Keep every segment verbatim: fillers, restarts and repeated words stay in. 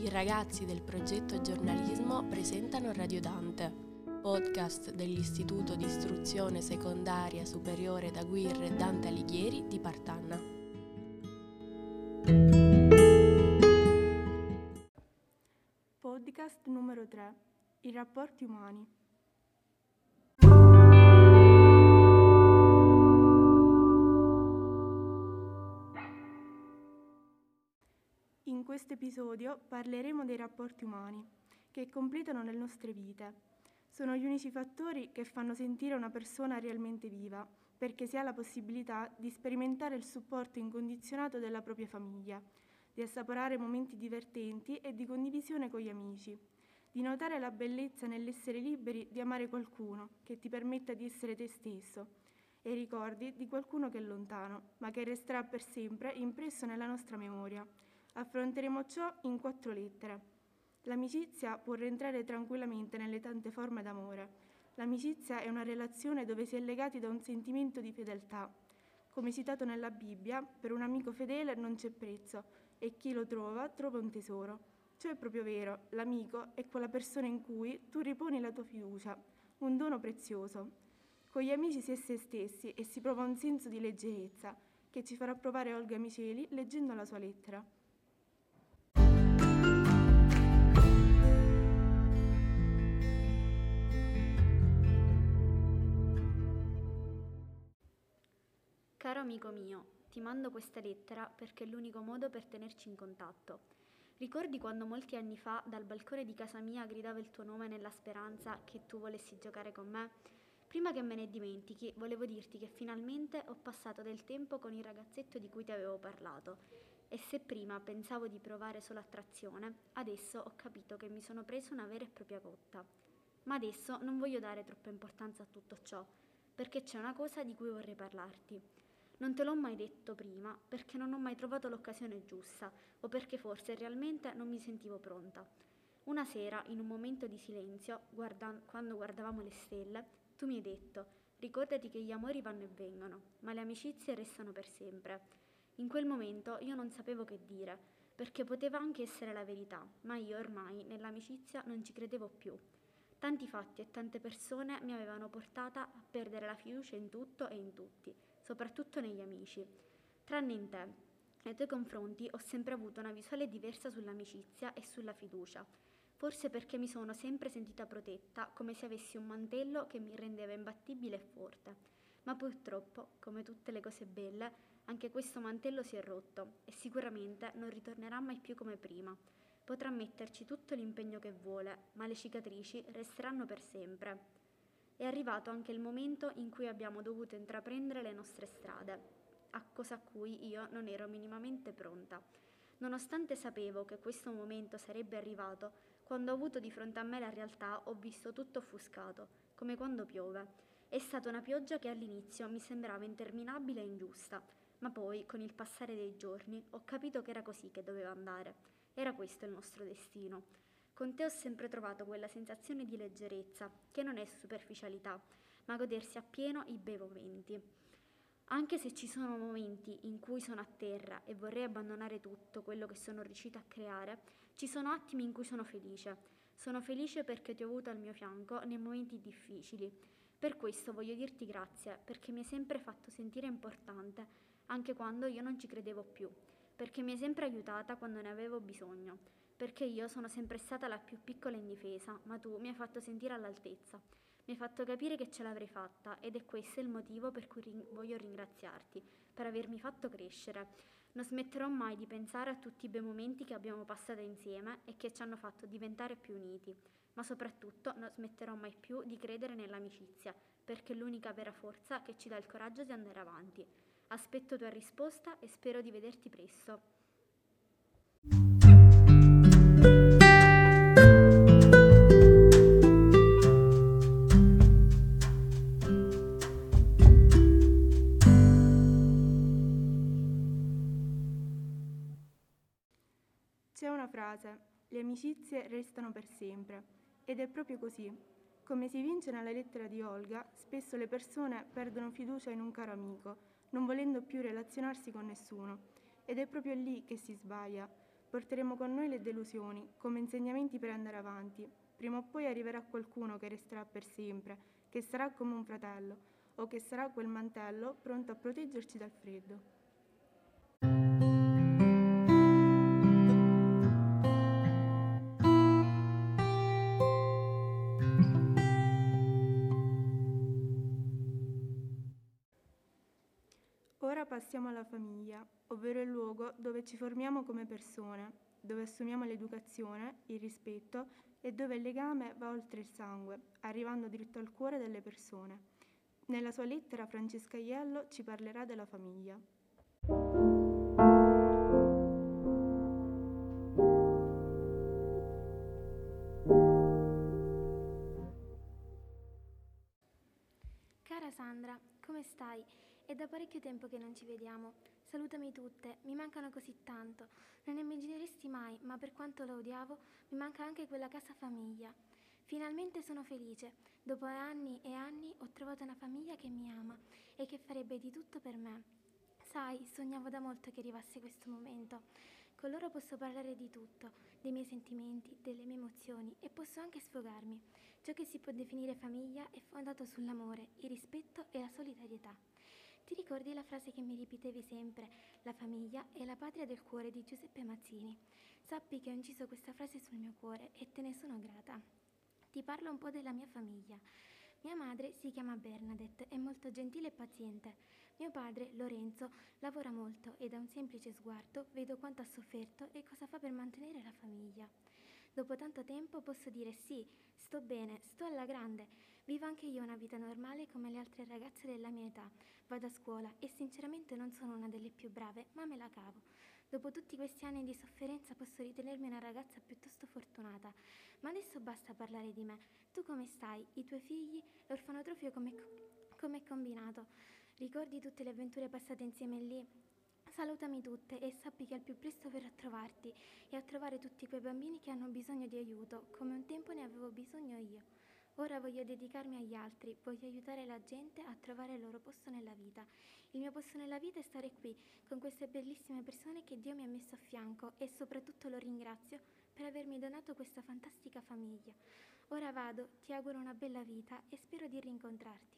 I ragazzi del progetto giornalismo presentano Radio Dante, podcast dell'Istituto di Istruzione Secondaria Superiore d'Aguirre Dante Alighieri di Partanna. Podcast numero tre. I rapporti umani. In questo episodio parleremo dei rapporti umani, che completano le nostre vite. Sono gli unici fattori che fanno sentire una persona realmente viva, perché si ha la possibilità di sperimentare il supporto incondizionato della propria famiglia, di assaporare momenti divertenti e di condivisione con gli amici, di notare la bellezza nell'essere liberi di amare qualcuno che ti permetta di essere te stesso e ricordi di qualcuno che è lontano, ma che resterà per sempre impresso nella nostra memoria. Affronteremo ciò in quattro lettere. L'amicizia può rientrare tranquillamente nelle tante forme d'amore. L'amicizia è una relazione dove si è legati da un sentimento di fedeltà. Come citato nella Bibbia, per un amico fedele non c'è prezzo e chi lo trova trova un tesoro. Ciò è proprio vero, l'amico è quella persona in cui tu riponi la tua fiducia, un dono prezioso. Con gli amici si è se stessi e si prova un senso di leggerezza che ci farà provare Olga Miceli leggendo la sua lettera. Caro amico mio, ti mando questa lettera perché è l'unico modo per tenerci in contatto. Ricordi quando molti anni fa dal balcone di casa mia gridavo il tuo nome nella speranza che tu volessi giocare con me? Prima che me ne dimentichi, volevo dirti che finalmente ho passato del tempo con il ragazzetto di cui ti avevo parlato e se prima pensavo di provare solo attrazione, adesso ho capito che mi sono preso una vera e propria cotta. Ma adesso non voglio dare troppa importanza a tutto ciò, perché c'è una cosa di cui vorrei parlarti. Non te l'ho mai detto prima perché non ho mai trovato l'occasione giusta o perché forse realmente non mi sentivo pronta. Una sera, in un momento di silenzio, guarda- quando guardavamo le stelle, tu mi hai detto: ricordati che gli amori vanno e vengono, ma le amicizie restano per sempre. In quel momento io non sapevo che dire, perché poteva anche essere la verità, ma io ormai nell'amicizia non ci credevo più. Tanti fatti e tante persone mi avevano portata a perdere la fiducia in tutto e in tutti, soprattutto negli amici. Tranne in te. Nei tuoi confronti ho sempre avuto una visuale diversa sull'amicizia e sulla fiducia. Forse perché mi sono sempre sentita protetta, come se avessi un mantello che mi rendeva imbattibile e forte. Ma purtroppo, come tutte le cose belle, anche questo mantello si è rotto e sicuramente non ritornerà mai più come prima. Potrà metterci tutto l'impegno che vuole, ma le cicatrici resteranno per sempre. È arrivato anche il momento in cui abbiamo dovuto intraprendere le nostre strade, a cosa a cui io non ero minimamente pronta. Nonostante sapevo che questo momento sarebbe arrivato, quando ho avuto di fronte a me la realtà ho visto tutto offuscato, come quando piove. È stata una pioggia che all'inizio mi sembrava interminabile e ingiusta, ma poi, con il passare dei giorni, ho capito che era così che doveva andare. Era questo il nostro destino. Con te ho sempre trovato quella sensazione di leggerezza, che non è superficialità, ma godersi appieno i bei momenti. Anche se ci sono momenti in cui sono a terra e vorrei abbandonare tutto quello che sono riuscita a creare, ci sono attimi in cui sono felice. Sono felice perché ti ho avuto al mio fianco nei momenti difficili. Per questo voglio dirti grazie, perché mi hai sempre fatto sentire importante, anche quando io non ci credevo più, perché mi hai sempre aiutata quando ne avevo bisogno, perché io sono sempre stata la più piccola e indifesa, ma tu mi hai fatto sentire all'altezza, mi hai fatto capire che ce l'avrei fatta ed è questo il motivo per cui ring- voglio ringraziarti, per avermi fatto crescere. Non smetterò mai di pensare a tutti i bei momenti che abbiamo passato insieme e che ci hanno fatto diventare più uniti, ma soprattutto non smetterò mai più di credere nell'amicizia, perché è l'unica vera forza che ci dà il coraggio di andare avanti. Aspetto tua risposta e spero di vederti presto. C'è una frase: le amicizie restano per sempre, ed è proprio così. Come si evince nella lettera di Olga, spesso le persone perdono fiducia in un caro amico, non volendo più relazionarsi con nessuno, ed è proprio lì che si sbaglia. porteremo con noi le delusioni come insegnamenti per andare avanti. Prima o poi arriverà qualcuno che resterà per sempre, che sarà come un fratello, o che sarà quel mantello pronto a proteggerci dal freddo. Ora passiamo alla famiglia, ovvero il luogo dove ci formiamo come persone, dove assumiamo l'educazione, il rispetto e dove il legame va oltre il sangue, arrivando dritto al cuore delle persone. Nella sua lettera Francesca Aiello ci parlerà della famiglia. Cara Sandra, come stai? È da parecchio tempo che non ci vediamo. Salutami tutte, mi mancano così tanto. Non immagineresti mai, ma per quanto la odiavo, mi manca anche quella casa famiglia. Finalmente sono felice. Dopo anni e anni ho trovato una famiglia che mi ama e che farebbe di tutto per me. Sai, sognavo da molto che arrivasse questo momento. Con loro posso parlare di tutto, dei miei sentimenti, delle mie emozioni e posso anche sfogarmi. Ciò che si può definire famiglia è fondato sull'amore, il rispetto e la solidarietà. Ti ricordi la frase che mi ripitevi sempre? La famiglia è la patria del cuore di Giuseppe Mazzini. Sappi che ho inciso questa frase sul mio cuore e te ne sono grata. Ti parlo un po' della mia famiglia. Mia madre si chiama Bernadette, è molto gentile e paziente. Mio padre, Lorenzo, lavora molto e da un semplice sguardo vedo quanto ha sofferto e cosa fa per mantenere la famiglia. Dopo tanto tempo posso dire sì, sto bene, sto alla grande. Vivo anche io una vita normale come le altre ragazze della mia età. Vado a scuola e sinceramente non sono una delle più brave, ma me la cavo. Dopo tutti questi anni di sofferenza posso ritenermi una ragazza piuttosto fortunata. Ma adesso basta parlare di me. Tu come stai? I tuoi figli? L'orfanotrofio come è combinato? Ricordi tutte le avventure passate insieme lì? Salutami tutte e sappi che al più presto verrò a trovarti e a trovare tutti quei bambini che hanno bisogno di aiuto, come un tempo ne avevo bisogno io. Ora voglio dedicarmi agli altri, voglio aiutare la gente a trovare il loro posto nella vita. Il mio posto nella vita è stare qui, con queste bellissime persone che Dio mi ha messo a fianco e soprattutto lo ringrazio per avermi donato questa fantastica famiglia. Ora vado, ti auguro una bella vita e spero di rincontrarti.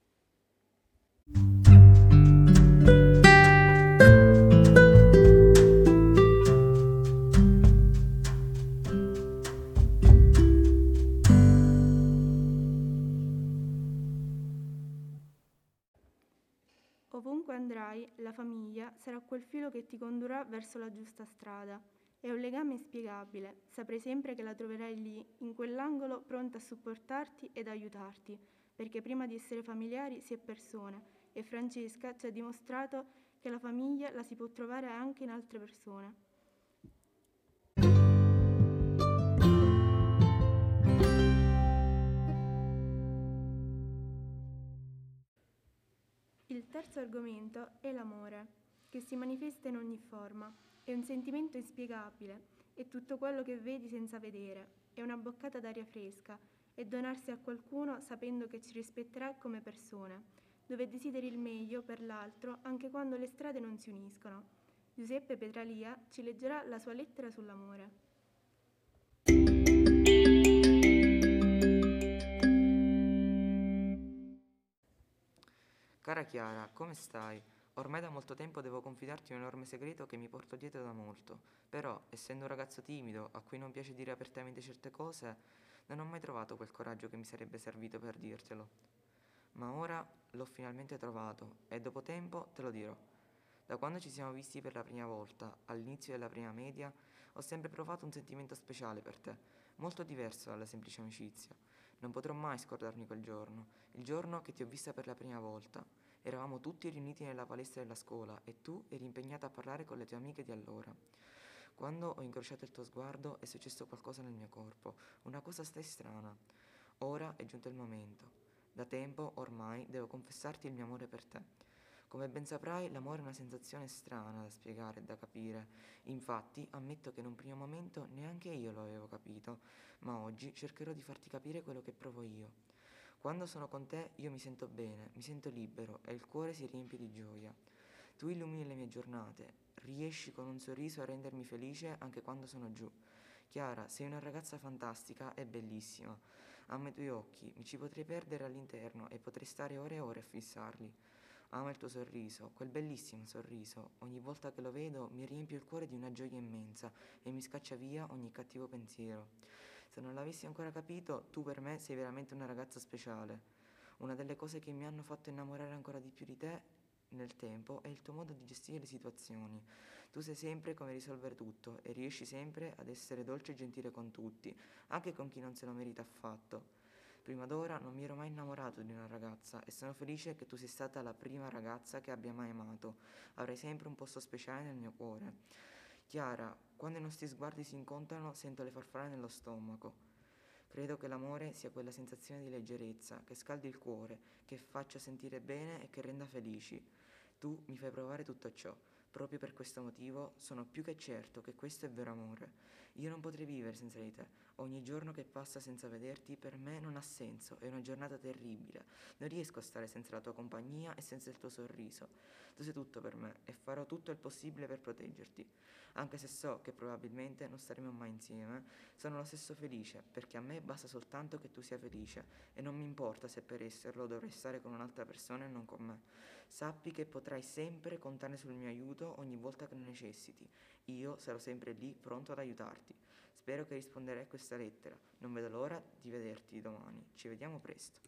Ovunque andrai, la famiglia sarà quel filo che ti condurrà verso la giusta strada. È un legame inspiegabile, saprai sempre che la troverai lì, in quell'angolo, pronta a supportarti ed aiutarti, perché prima di essere familiari si è persone, e Francesca ci ha dimostrato che la famiglia la si può trovare anche in altre persone. Il terzo argomento è l'amore, che si manifesta in ogni forma. È un sentimento inspiegabile, è tutto quello che vedi senza vedere, è una boccata d'aria fresca, è donarsi a qualcuno sapendo che ci rispetterà come persone, dove desideri il meglio per l'altro anche quando le strade non si uniscono. Giuseppe Petralia ci leggerà la sua lettera sull'amore. Cara Chiara, come stai? Ormai da molto tempo devo confidarti un enorme segreto che mi porto dietro da molto, però, essendo un ragazzo timido, a cui non piace dire apertamente certe cose, non ho mai trovato quel coraggio che mi sarebbe servito per dirtelo. Ma ora l'ho finalmente trovato e dopo tempo te lo dirò. Da quando ci siamo visti per la prima volta, all'inizio della prima media, ho sempre provato un sentimento speciale per te, molto diverso dalla semplice amicizia. Non potrò mai scordarmi quel giorno, il giorno che ti ho vista per la prima volta. Eravamo tutti riuniti nella palestra della scuola e tu eri impegnata a parlare con le tue amiche di allora. Quando ho incrociato il tuo sguardo è successo qualcosa nel mio corpo, una cosa assai strana. Ora è giunto il momento. Da tempo, ormai, devo confessarti il mio amore per te. Come ben saprai, l'amore è una sensazione strana da spiegare e da capire. Infatti, ammetto che in un primo momento neanche io lo avevo capito, ma oggi cercherò di farti capire quello che provo io. Quando sono con te io mi sento bene, mi sento libero e il cuore si riempie di gioia. Tu illumini le mie giornate, riesci con un sorriso a rendermi felice anche quando sono giù. Chiara, sei una ragazza fantastica e bellissima. Amo i tuoi occhi, mi ci potrei perdere all'interno e potrei stare ore e ore a fissarli. Amo il tuo sorriso, quel bellissimo sorriso. Ogni volta che lo vedo mi riempie il cuore di una gioia immensa e mi scaccia via ogni cattivo pensiero. Se non l'avessi ancora capito, tu per me sei veramente una ragazza speciale. Una delle cose che mi hanno fatto innamorare ancora di più di te nel tempo è il tuo modo di gestire le situazioni. Tu sai sempre come risolvere tutto e riesci sempre ad essere dolce e gentile con tutti, anche con chi non se lo merita affatto. Prima d'ora non mi ero mai innamorato di una ragazza e sono felice che tu sia stata la prima ragazza che abbia mai amato. Avrai sempre un posto speciale nel mio cuore. Chiara, quando i nostri sguardi si incontrano sento le farfalle nello stomaco. Credo che l'amore sia quella sensazione di leggerezza che scaldi il cuore, che faccia sentire bene e che renda felici. Tu mi fai provare tutto ciò. Proprio per questo motivo sono più che certo che questo è vero amore. Io non potrei vivere senza di te. Ogni giorno che passa senza vederti per me non ha senso, è una giornata terribile. Non riesco a stare senza la tua compagnia e senza il tuo sorriso. Tu sei tutto per me e farò tutto il possibile per proteggerti. Anche se so che probabilmente non staremo mai insieme, sono lo stesso felice, perché a me basta soltanto che tu sia felice e non mi importa se per esserlo dovrai stare con un'altra persona e non con me. Sappi che potrai sempre contare sul mio aiuto ogni volta che lo necessiti. Io sarò sempre lì pronto ad aiutarti. Spero che risponderai a questa lettera. Non vedo l'ora di vederti domani. Ci vediamo presto.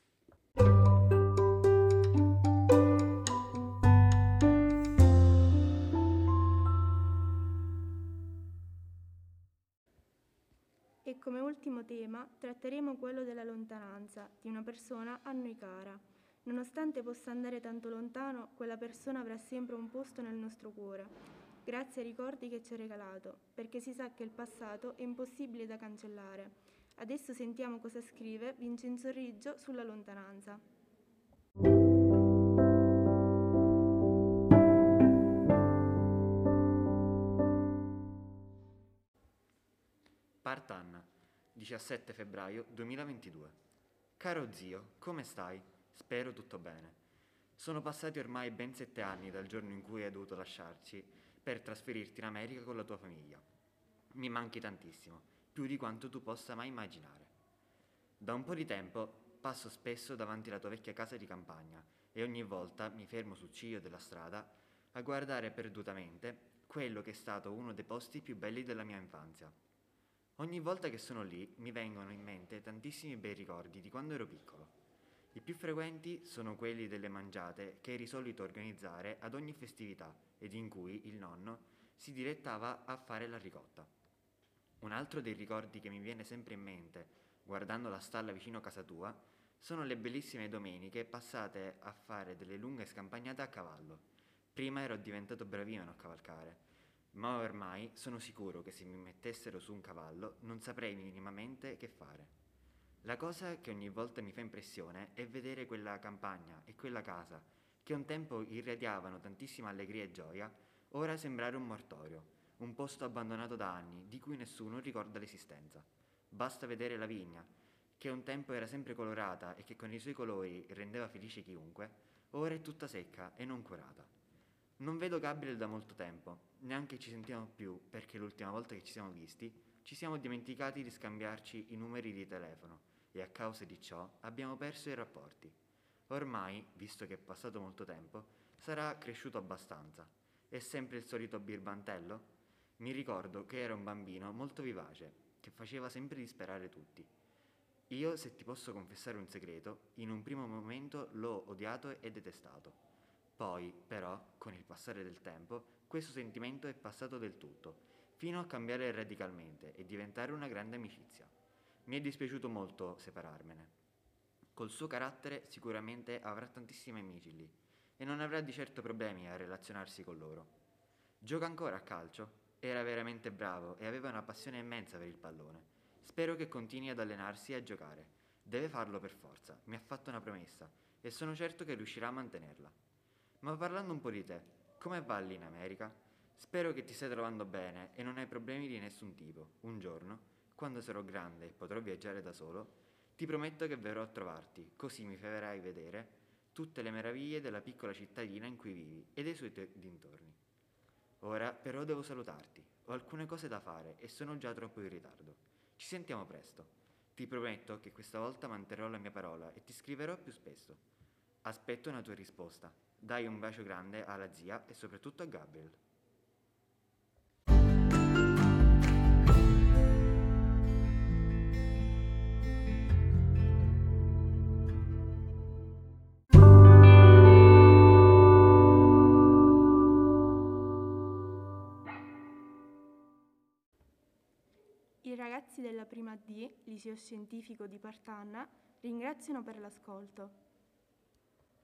E come ultimo tema tratteremo quello della lontananza di una persona a noi cara. Nonostante possa andare tanto lontano, quella persona avrà sempre un posto nel nostro cuore, grazie ai ricordi che ci ha regalato, perché si sa che il passato è impossibile da cancellare. Adesso sentiamo cosa scrive Vincenzo Riggio sulla lontananza. Partanna, diciassette febbraio duemilaventidue. Caro zio, come stai? Spero tutto bene. Sono passati ormai ben sette anni dal giorno in cui hai dovuto lasciarci per trasferirti in America con la tua famiglia. Mi manchi tantissimo, più di quanto tu possa mai immaginare. Da un po' di tempo passo spesso davanti alla tua vecchia casa di campagna e ogni volta mi fermo sul ciglio della strada a guardare perdutamente quello che è stato uno dei posti più belli della mia infanzia. Ogni volta che sono lì mi vengono in mente tantissimi bei ricordi di quando ero piccolo. I più frequenti sono quelli delle mangiate che eri solito organizzare ad ogni festività ed in cui il nonno si dilettava a fare la ricotta. Un altro dei ricordi che mi viene sempre in mente, guardando la stalla vicino a casa tua, sono le bellissime domeniche passate a fare delle lunghe scampagnate a cavallo. Prima ero diventato bravino a cavalcare, ma ormai sono sicuro che se mi mettessero su un cavallo non saprei minimamente che fare. La cosa che ogni volta mi fa impressione è vedere quella campagna e quella casa, che un tempo irradiavano tantissima allegria e gioia, ora sembrare un mortorio, un posto abbandonato da anni, di cui nessuno ricorda l'esistenza. Basta vedere la vigna, che un tempo era sempre colorata e che con i suoi colori rendeva felice chiunque, ora è tutta secca e non curata. Non vedo Gabriel da molto tempo, neanche ci sentiamo più, perché l'ultima volta che ci siamo visti ci siamo dimenticati di scambiarci i numeri di telefono e a causa di ciò abbiamo perso i rapporti. Ormai, visto che è passato molto tempo, sarà cresciuto abbastanza. È sempre il solito birbantello? Mi ricordo che era un bambino molto vivace, che faceva sempre disperare tutti. Io, se ti posso confessare un segreto, in un primo momento l'ho odiato e detestato. Poi, però, con il passare del tempo, questo sentimento è passato del tutto, fino a cambiare radicalmente e diventare una grande amicizia. Mi è dispiaciuto molto separarmene. Col suo carattere sicuramente avrà tantissimi amici lì e non avrà di certo problemi a relazionarsi con loro. Gioca ancora a calcio? Era veramente bravo e aveva una passione immensa per il pallone. Spero che continui ad allenarsi e a giocare. Deve farlo per forza, mi ha fatto una promessa e sono certo che riuscirà a mantenerla. Ma parlando un po' di te, come va lì in America? Spero che ti stai trovando bene e non hai problemi di nessun tipo. Un giorno, quando sarò grande e potrò viaggiare da solo, ti prometto che verrò a trovarti, così mi farai vedere tutte le meraviglie della piccola cittadina in cui vivi e dei suoi te- dintorni. Ora però devo salutarti, ho alcune cose da fare e sono già troppo in ritardo. Ci sentiamo presto. Ti prometto che questa volta manterrò la mia parola e ti scriverò più spesso. Aspetto una tua risposta. Dai un bacio grande alla zia e soprattutto a Gabriel. I ragazzi della prima D, Liceo Scientifico di Partanna, ringraziano per l'ascolto.